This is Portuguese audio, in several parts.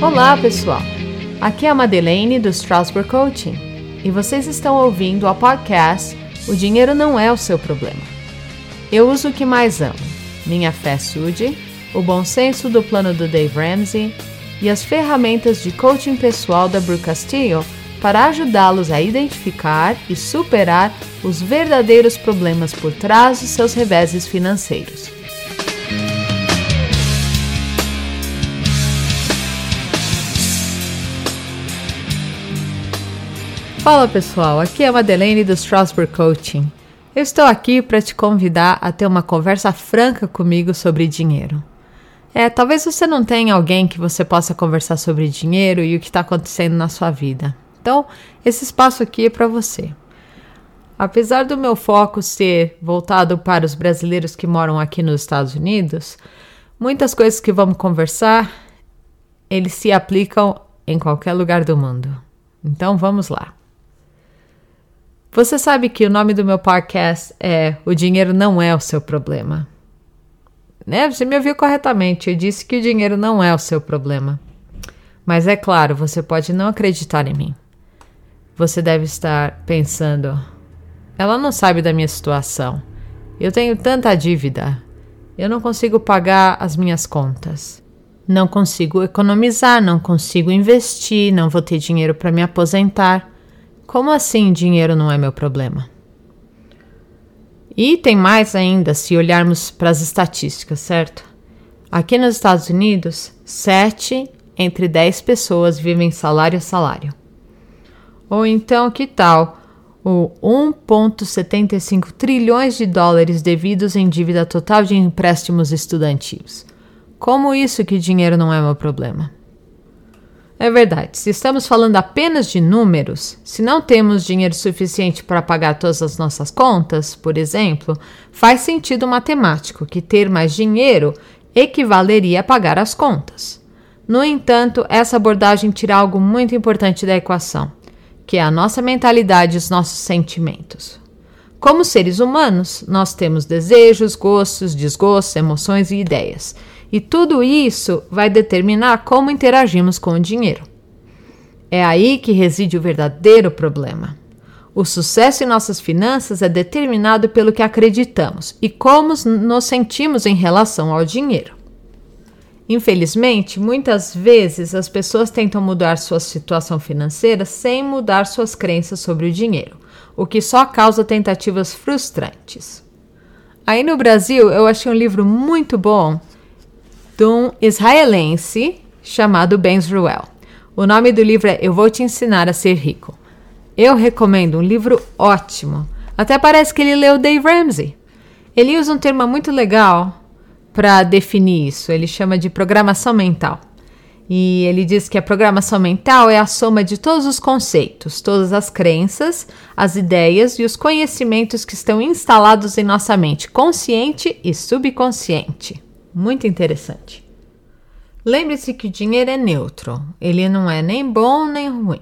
Olá, pessoal! Aqui é a Madeleine do Strasbourg Coaching e vocês estão ouvindo o podcast O Dinheiro Não É o Seu Problema. Eu uso o que mais amo, minha fé sude, o bom senso do plano do Dave Ramsey e as ferramentas de coaching pessoal da Brooke Castillo para ajudá-los a identificar e superar os verdadeiros problemas por trás dos seus reveses financeiros. Fala pessoal, aqui é a Madeleine do Strasbourg Coaching. Eu estou aqui para te convidar a ter uma conversa franca comigo sobre dinheiro. Talvez você não tenha alguém que você possa conversar sobre dinheiro e o que está acontecendo na sua vida. Então, esse espaço aqui é para você. Apesar do meu foco ser voltado para os brasileiros que moram aqui nos Estados Unidos, muitas coisas que vamos conversar, eles se aplicam em qualquer lugar do mundo. Então, vamos lá. Você sabe que o nome do meu podcast é O Dinheiro Não É o Seu Problema. Você me ouviu corretamente, eu disse que o dinheiro não é o seu problema. Mas é claro, você pode não acreditar em mim. Você deve estar pensando, ela não sabe da minha situação. Eu tenho tanta dívida. Eu não consigo pagar as minhas contas. Não consigo economizar, não consigo investir, não vou ter dinheiro para me aposentar. Como assim dinheiro não é meu problema? E tem mais ainda se olharmos para as estatísticas, certo? Aqui nos Estados Unidos, 7 entre 10 pessoas vivem salário a salário. Ou então, que tal o 1,75 trilhões de dólares devidos em dívida total de empréstimos estudantis? Como isso que dinheiro não é meu problema? É verdade, se estamos falando apenas de números, se não temos dinheiro suficiente para pagar todas as nossas contas, por exemplo, faz sentido matemático que ter mais dinheiro equivaleria a pagar as contas. No entanto, essa abordagem tira algo muito importante da equação, que é a nossa mentalidade e os nossos sentimentos. Como seres humanos, nós temos desejos, gostos, desgostos, emoções e ideias. E tudo isso vai determinar como interagimos com o dinheiro. É aí que reside o verdadeiro problema. O sucesso em nossas finanças é determinado pelo que acreditamos e como nos sentimos em relação ao dinheiro. Infelizmente, muitas vezes as pessoas tentam mudar sua situação financeira sem mudar suas crenças sobre o dinheiro, o que só causa tentativas frustrantes. Aí no Brasil, eu achei um livro muito bom de um israelense chamado Ben Zruel. O nome do livro é Eu Vou Te Ensinar a Ser Rico. Eu recomendo, um livro ótimo. Até parece que ele leu Dave Ramsey. Ele usa um termo muito legal para definir isso. Ele chama de programação mental. E ele diz que a programação mental é a soma de todos os conceitos, todas as crenças, as ideias e os conhecimentos que estão instalados em nossa mente consciente e subconsciente. Muito interessante. Lembre-se que o dinheiro é neutro. Ele não é nem bom nem ruim.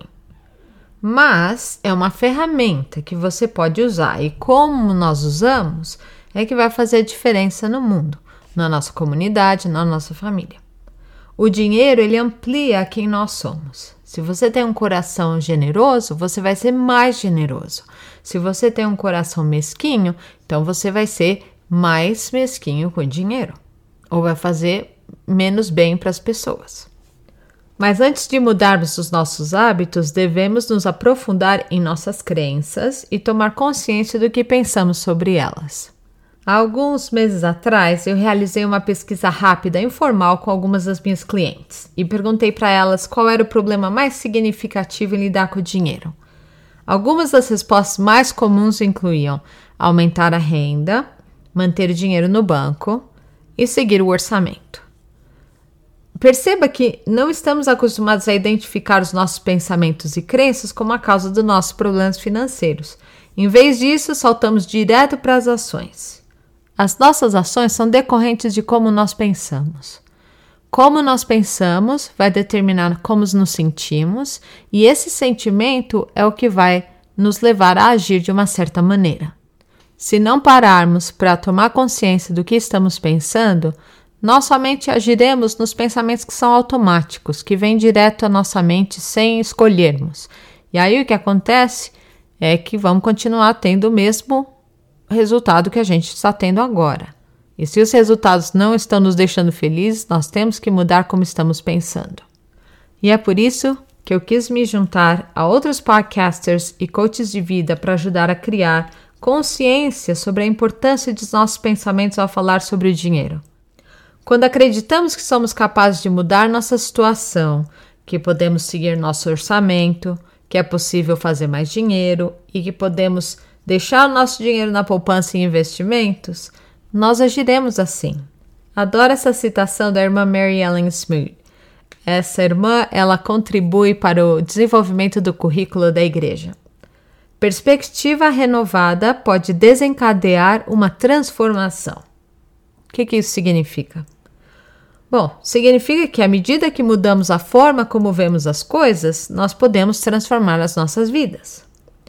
Mas é uma ferramenta que você pode usar. E como nós usamos é que vai fazer a diferença no mundo, na nossa comunidade, na nossa família. O dinheiro, ele amplia quem nós somos. Se você tem um coração generoso, você vai ser mais generoso. Se você tem um coração mesquinho, então você vai ser mais mesquinho com o dinheiro. Ou vai fazer menos bem para as pessoas. Mas antes de mudarmos os nossos hábitos, devemos nos aprofundar em nossas crenças e tomar consciência do que pensamos sobre elas. Há alguns meses atrás, eu realizei uma pesquisa rápida e informal com algumas das minhas clientes e perguntei para elas qual era o problema mais significativo em lidar com o dinheiro. Algumas das respostas mais comuns incluíam aumentar a renda, manter o dinheiro no banco e seguir o orçamento. Perceba que não estamos acostumados a identificar os nossos pensamentos e crenças como a causa dos nossos problemas financeiros. Em vez disso, saltamos direto para as ações. As nossas ações são decorrentes de como nós pensamos. Como nós pensamos vai determinar como nos sentimos e esse sentimento é o que vai nos levar a agir de uma certa maneira. Se não pararmos para tomar consciência do que estamos pensando, nós somente agiremos nos pensamentos que são automáticos, que vêm direto à nossa mente sem escolhermos. E aí o que acontece é que vamos continuar tendo o mesmo resultado que a gente está tendo agora. E se os resultados não estão nos deixando felizes, nós temos que mudar como estamos pensando. E é por isso que eu quis me juntar a outros podcasters e coaches de vida para ajudar a criar consciência sobre a importância dos nossos pensamentos ao falar sobre o dinheiro. Quando acreditamos que somos capazes de mudar nossa situação, que podemos seguir nosso orçamento, que é possível fazer mais dinheiro e que podemos deixar o nosso dinheiro na poupança e investimentos, nós agiremos assim. Adoro essa citação da irmã Mary Ellen Smoot. Essa irmã, ela contribui para o desenvolvimento do currículo da igreja. Perspectiva renovada pode desencadear uma transformação. O que isso significa? Bom, significa que à medida que mudamos a forma como vemos as coisas, nós podemos transformar as nossas vidas.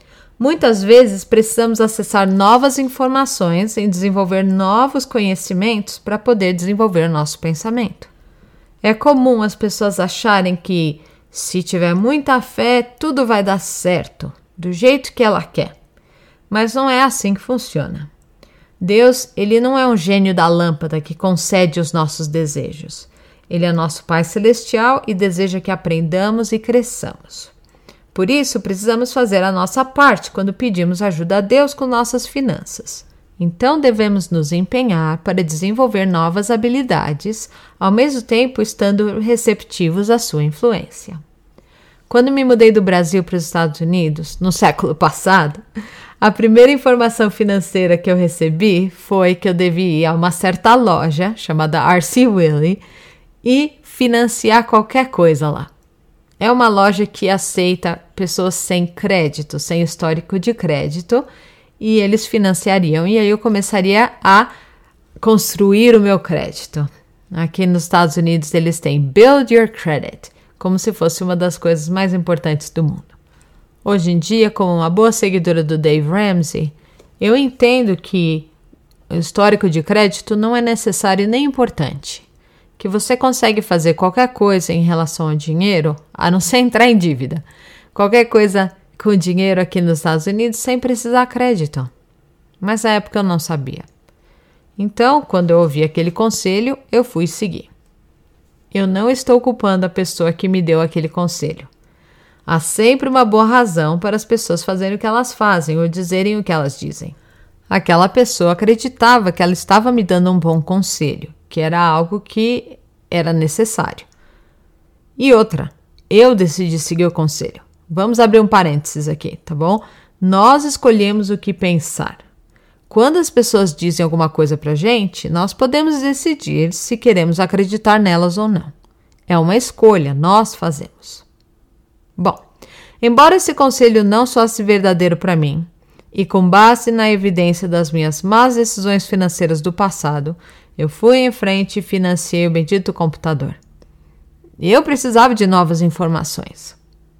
Muitas vezes precisamos acessar novas informações e desenvolver novos conhecimentos para poder desenvolver nosso pensamento. É comum as pessoas acharem que, se tiver muita fé, tudo vai dar certo, do jeito que ela quer. Mas não é assim que funciona. Deus, ele não é um gênio da lâmpada que concede os nossos desejos. Ele é nosso Pai Celestial e deseja que aprendamos e cresçamos. Por isso, precisamos fazer a nossa parte quando pedimos ajuda a Deus com nossas finanças. Então, devemos nos empenhar para desenvolver novas habilidades, ao mesmo tempo estando receptivos à sua influência. Quando me mudei do Brasil para os Estados Unidos, no século passado, a primeira informação financeira que eu recebi foi que eu devia ir a uma certa loja, chamada R.C. Willey, e financiar qualquer coisa lá. É uma loja que aceita pessoas sem crédito, sem histórico de crédito, e eles financiariam, e aí eu começaria a construir o meu crédito. Aqui nos Estados Unidos eles têm Build Your Credit, como se fosse uma das coisas mais importantes do mundo. Hoje em dia, como uma boa seguidora do Dave Ramsey, eu entendo que o histórico de crédito não é necessário nem importante. Que você consegue fazer qualquer coisa em relação ao dinheiro, a não ser entrar em dívida. Qualquer coisa com dinheiro aqui nos Estados Unidos sem precisar crédito. Mas na época eu não sabia. Então, quando eu ouvi aquele conselho, eu fui seguir. Eu não estou culpando a pessoa que me deu aquele conselho. Há sempre uma boa razão para as pessoas fazerem o que elas fazem ou dizerem o que elas dizem. Aquela pessoa acreditava que ela estava me dando um bom conselho, que era algo que era necessário. E outra, eu decidi seguir o conselho. Vamos abrir um parênteses aqui, tá bom? Nós escolhemos o que pensar. Quando as pessoas dizem alguma coisa pra gente, nós podemos decidir se queremos acreditar nelas ou não. É uma escolha, nós fazemos. Bom, embora esse conselho não fosse verdadeiro para mim, e com base na evidência das minhas más decisões financeiras do passado, eu fui em frente e financiei o bendito computador. E eu precisava de novas informações.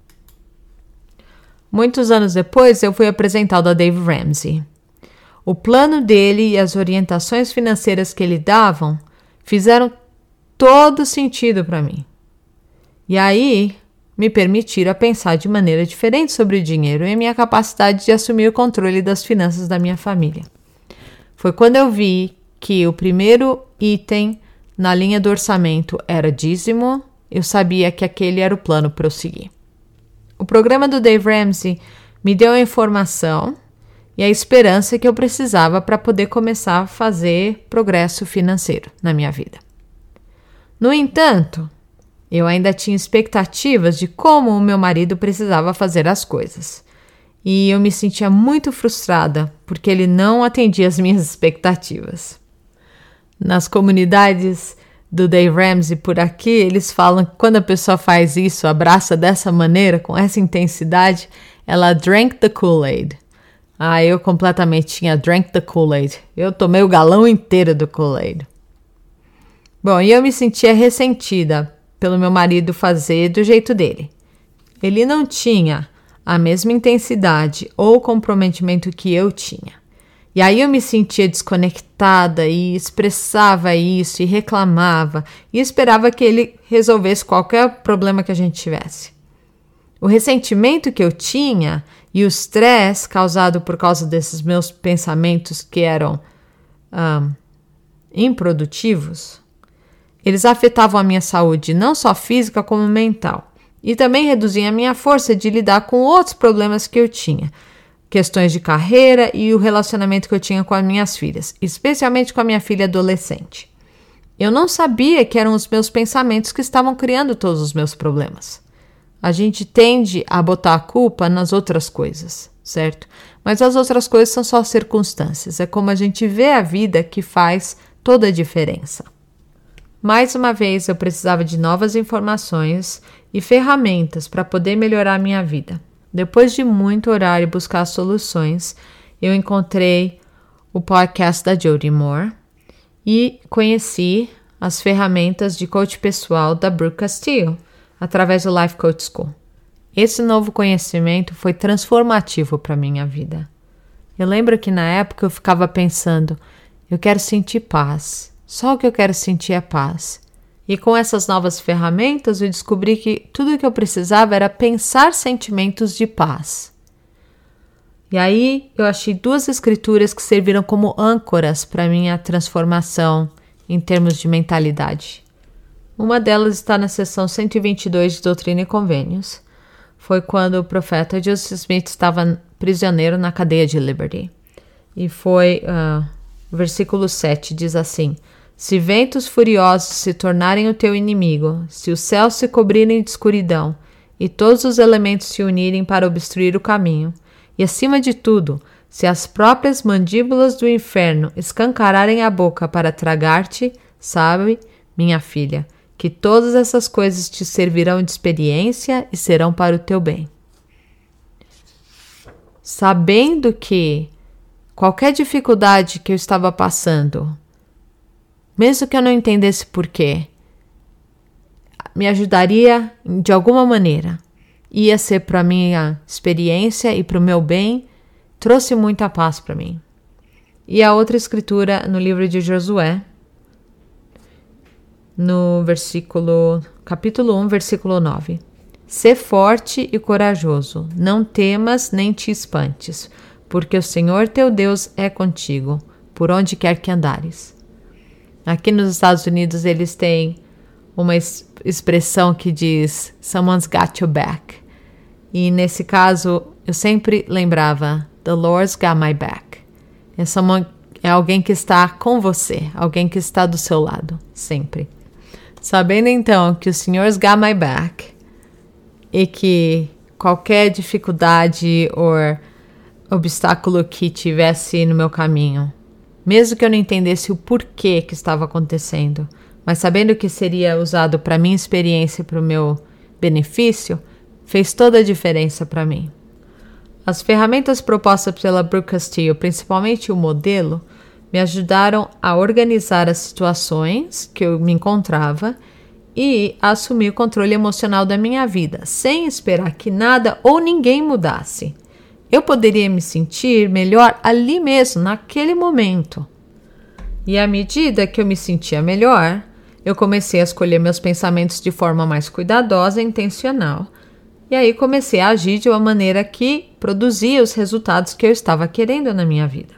Muitos anos depois, eu fui apresentado a Dave Ramsey. O plano dele e as orientações financeiras que ele davam fizeram todo sentido para mim. E aí, me permitiram pensar de maneira diferente sobre o dinheiro e a minha capacidade de assumir o controle das finanças da minha família. Foi quando eu vi que o primeiro item na linha do orçamento era dízimo, eu sabia que aquele era o plano para eu seguir. O programa do Dave Ramsey me deu a informação e a esperança que eu precisava para poder começar a fazer progresso financeiro na minha vida. No entanto, eu ainda tinha expectativas de como o meu marido precisava fazer as coisas. E eu me sentia muito frustrada porque ele não atendia as minhas expectativas. Nas comunidades do Dave Ramsey por aqui, eles falam que quando a pessoa faz isso, abraça dessa maneira, com essa intensidade, ela drank the Kool-Aid. Eu completamente tinha drank the Kool-Aid. Eu tomei o galão inteiro do Kool-Aid. Bom, e eu me sentia ressentida pelo meu marido fazer do jeito dele. Ele não tinha a mesma intensidade ou comprometimento que eu tinha. E aí eu me sentia desconectada e expressava isso e reclamava e esperava que ele resolvesse qualquer problema que a gente tivesse. O ressentimento que eu tinha e o estresse causado por causa desses meus pensamentos que eram improdutivos, eles afetavam a minha saúde não só física como mental e também reduziam a minha força de lidar com outros problemas que eu tinha. Questões de carreira e o relacionamento que eu tinha com as minhas filhas, especialmente com a minha filha adolescente. Eu não sabia que eram os meus pensamentos que estavam criando todos os meus problemas. A gente tende a botar a culpa nas outras coisas, certo? Mas as outras coisas são só circunstâncias. É como a gente vê a vida que faz toda a diferença. Mais uma vez, eu precisava de novas informações e ferramentas para poder melhorar a minha vida. Depois de muito orar e buscar soluções, eu encontrei o podcast da Jody Moore e conheci as ferramentas de coach pessoal da Brooke Castillo, através do Life Coach School. Esse novo conhecimento foi transformativo para a minha vida. Eu lembro que na época eu ficava pensando, eu quero sentir paz, só o que eu quero sentir é paz. E com essas novas ferramentas, eu descobri que tudo o que eu precisava era pensar sentimentos de paz. E aí, eu achei 2 escrituras que serviram como âncoras para minha transformação em termos de mentalidade. Uma delas está na seção 122 de Doutrina e Convênios. Foi quando o profeta Joseph Smith estava prisioneiro na cadeia de Liberty. E foi o versículo 7, diz assim: se ventos furiosos se tornarem o teu inimigo, se os céus se cobrirem de escuridão e todos os elementos se unirem para obstruir o caminho, e acima de tudo, se as próprias mandíbulas do inferno escancararem a boca para tragar-te, sabe, minha filha, que todas essas coisas te servirão de experiência e serão para o teu bem. Sabendo que qualquer dificuldade que eu estava passando, mesmo que eu não entendesse porquê, me ajudaria de alguma maneira. Ia ser para a minha experiência e para o meu bem, trouxe muita paz para mim. E a outra escritura no livro de Josué, no capítulo 1, versículo 9. Sê forte e corajoso, não temas nem te espantes, porque o Senhor teu Deus é contigo, por onde quer que andares. Aqui nos Estados Unidos eles têm uma expressão que diz someone's got your back. E nesse caso eu sempre lembrava the Lord's got my back. É alguém que está com você, alguém que está do seu lado, sempre. Sabendo então que o Senhor's got my back e que qualquer dificuldade ou obstáculo que tivesse no meu caminho, mesmo que eu não entendesse o porquê que estava acontecendo, mas sabendo que seria usado para minha experiência e para o meu benefício, fez toda a diferença para mim. As ferramentas propostas pela Brooke Castillo, principalmente o modelo, me ajudaram a organizar as situações que eu me encontrava e a assumir o controle emocional da minha vida, sem esperar que nada ou ninguém mudasse. Eu poderia me sentir melhor ali mesmo, naquele momento. E à medida que eu me sentia melhor, eu comecei a escolher meus pensamentos de forma mais cuidadosa e intencional. E aí comecei a agir de uma maneira que produzia os resultados que eu estava querendo na minha vida.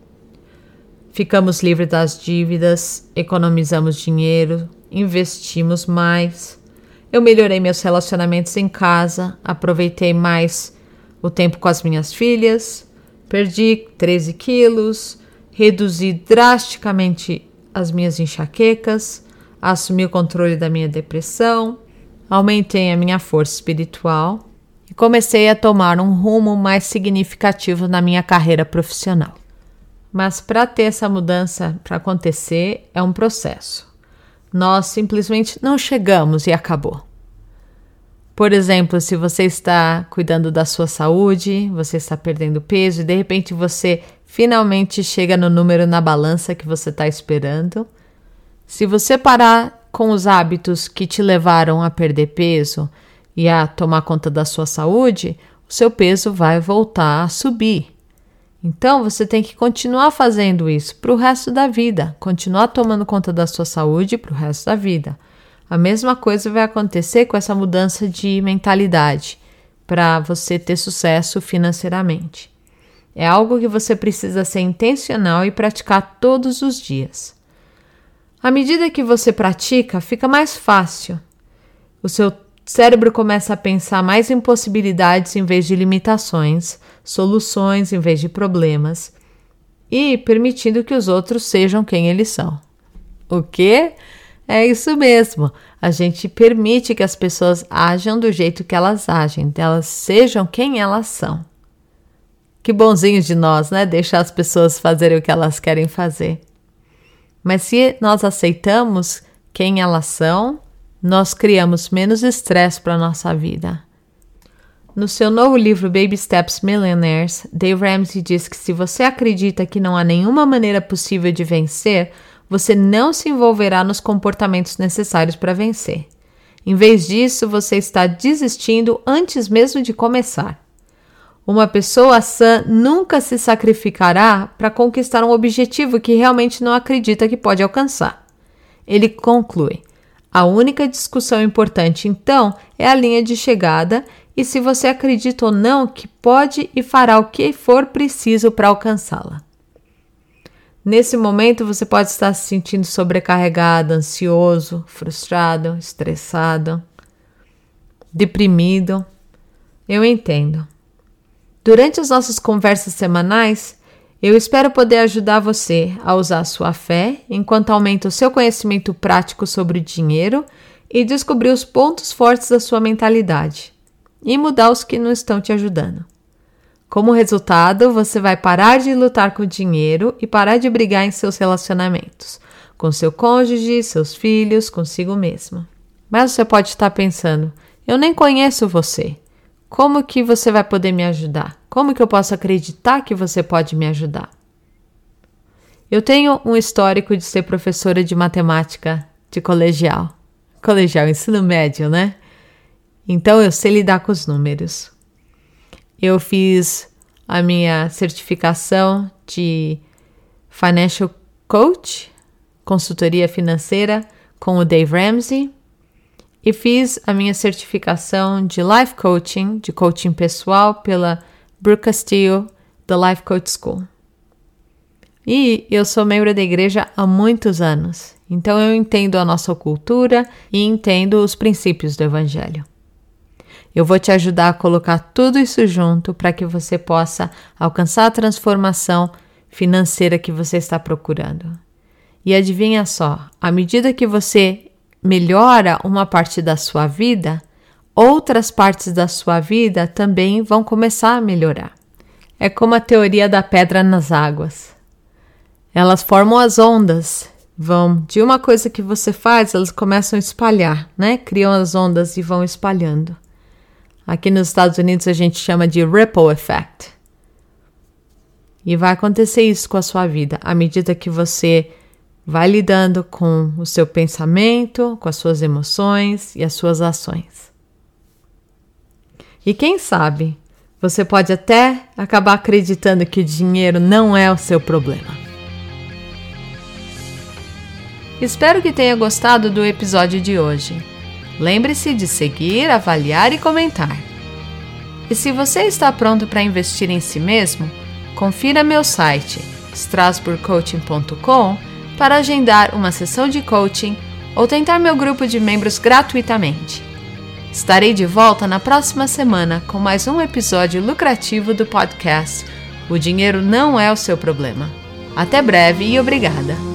Ficamos livres das dívidas, economizamos dinheiro, investimos mais. Eu melhorei meus relacionamentos em casa, aproveitei mais o tempo com as minhas filhas, perdi 13 quilos, reduzi drasticamente as minhas enxaquecas, assumi o controle da minha depressão, aumentei a minha força espiritual e comecei a tomar um rumo mais significativo na minha carreira profissional. Mas para ter essa mudança para acontecer é um processo. Nós simplesmente não chegamos e acabou. Por exemplo, se você está cuidando da sua saúde, você está perdendo peso e de repente você finalmente chega no número na balança que você está esperando. Se você parar com os hábitos que te levaram a perder peso e a tomar conta da sua saúde, o seu peso vai voltar a subir. Então você tem que continuar fazendo isso para o resto da vida, continuar tomando conta da sua saúde para o resto da vida. A mesma coisa vai acontecer com essa mudança de mentalidade para você ter sucesso financeiramente. É algo que você precisa ser intencional e praticar todos os dias. À medida que você pratica, fica mais fácil. O seu cérebro começa a pensar mais em possibilidades em vez de limitações, soluções em vez de problemas e permitindo que os outros sejam quem eles são. O quê? É isso mesmo. A gente permite que as pessoas ajam do jeito que elas agem, elas sejam quem elas são. Que bonzinho de nós, né? Deixar as pessoas fazerem o que elas querem fazer. Mas se nós aceitamos quem elas são, nós criamos menos estresse para a nossa vida. No seu novo livro Baby Steps Millionaires, Dave Ramsey diz que se você acredita que não há nenhuma maneira possível de vencer, você não se envolverá nos comportamentos necessários para vencer. Em vez disso, você está desistindo antes mesmo de começar. Uma pessoa sã nunca se sacrificará para conquistar um objetivo que realmente não acredita que pode alcançar. Ele conclui: a única discussão importante, então, é a linha de chegada e se você acredita ou não que pode e fará o que for preciso para alcançá-la. Nesse momento, você pode estar se sentindo sobrecarregado, ansioso, frustrado, estressado, deprimido. Eu entendo. Durante as nossas conversas semanais, eu espero poder ajudar você a usar a sua fé enquanto aumenta o seu conhecimento prático sobre o dinheiro e descobrir os pontos fortes da sua mentalidade e mudar os que não estão te ajudando. Como resultado, você vai parar de lutar com o dinheiro e parar de brigar em seus relacionamentos, com seu cônjuge, seus filhos, consigo mesmo. Mas você pode estar pensando, eu nem conheço você. Como que você vai poder me ajudar? Como que eu posso acreditar que você pode me ajudar? Eu tenho um histórico de ser professora de matemática de colegial. Colegial, ensino médio, né? Então eu sei lidar com os números. Eu fiz a minha certificação de Financial Coach, consultoria financeira, com o Dave Ramsey. E fiz a minha certificação de Life Coaching, de coaching pessoal, pela Brooke Castillo, da Life Coach School. E eu sou membro da igreja há muitos anos, então eu entendo a nossa cultura e entendo os princípios do Evangelho. Eu vou te ajudar a colocar tudo isso junto para que você possa alcançar a transformação financeira que você está procurando. E adivinha só, à medida que você melhora uma parte da sua vida, outras partes da sua vida também vão começar a melhorar. É como a teoria da pedra nas águas. Elas formam as ondas, vão de uma coisa que você faz, elas começam a espalhar, né? Criam as ondas e vão espalhando. Aqui nos Estados Unidos a gente chama de ripple effect. E vai acontecer isso com a sua vida, à medida que você vai lidando com o seu pensamento, com as suas emoções e as suas ações. E quem sabe, você pode até acabar acreditando que o dinheiro não é o seu problema. Espero que tenha gostado do episódio de hoje. Lembre-se de seguir, avaliar e comentar. E se você está pronto para investir em si mesmo, confira meu site strasbourgcoaching.com para agendar uma sessão de coaching ou tentar meu grupo de membros gratuitamente. Estarei de volta na próxima semana com mais um episódio lucrativo do podcast O Dinheiro Não é o Seu Problema. Até breve e obrigada!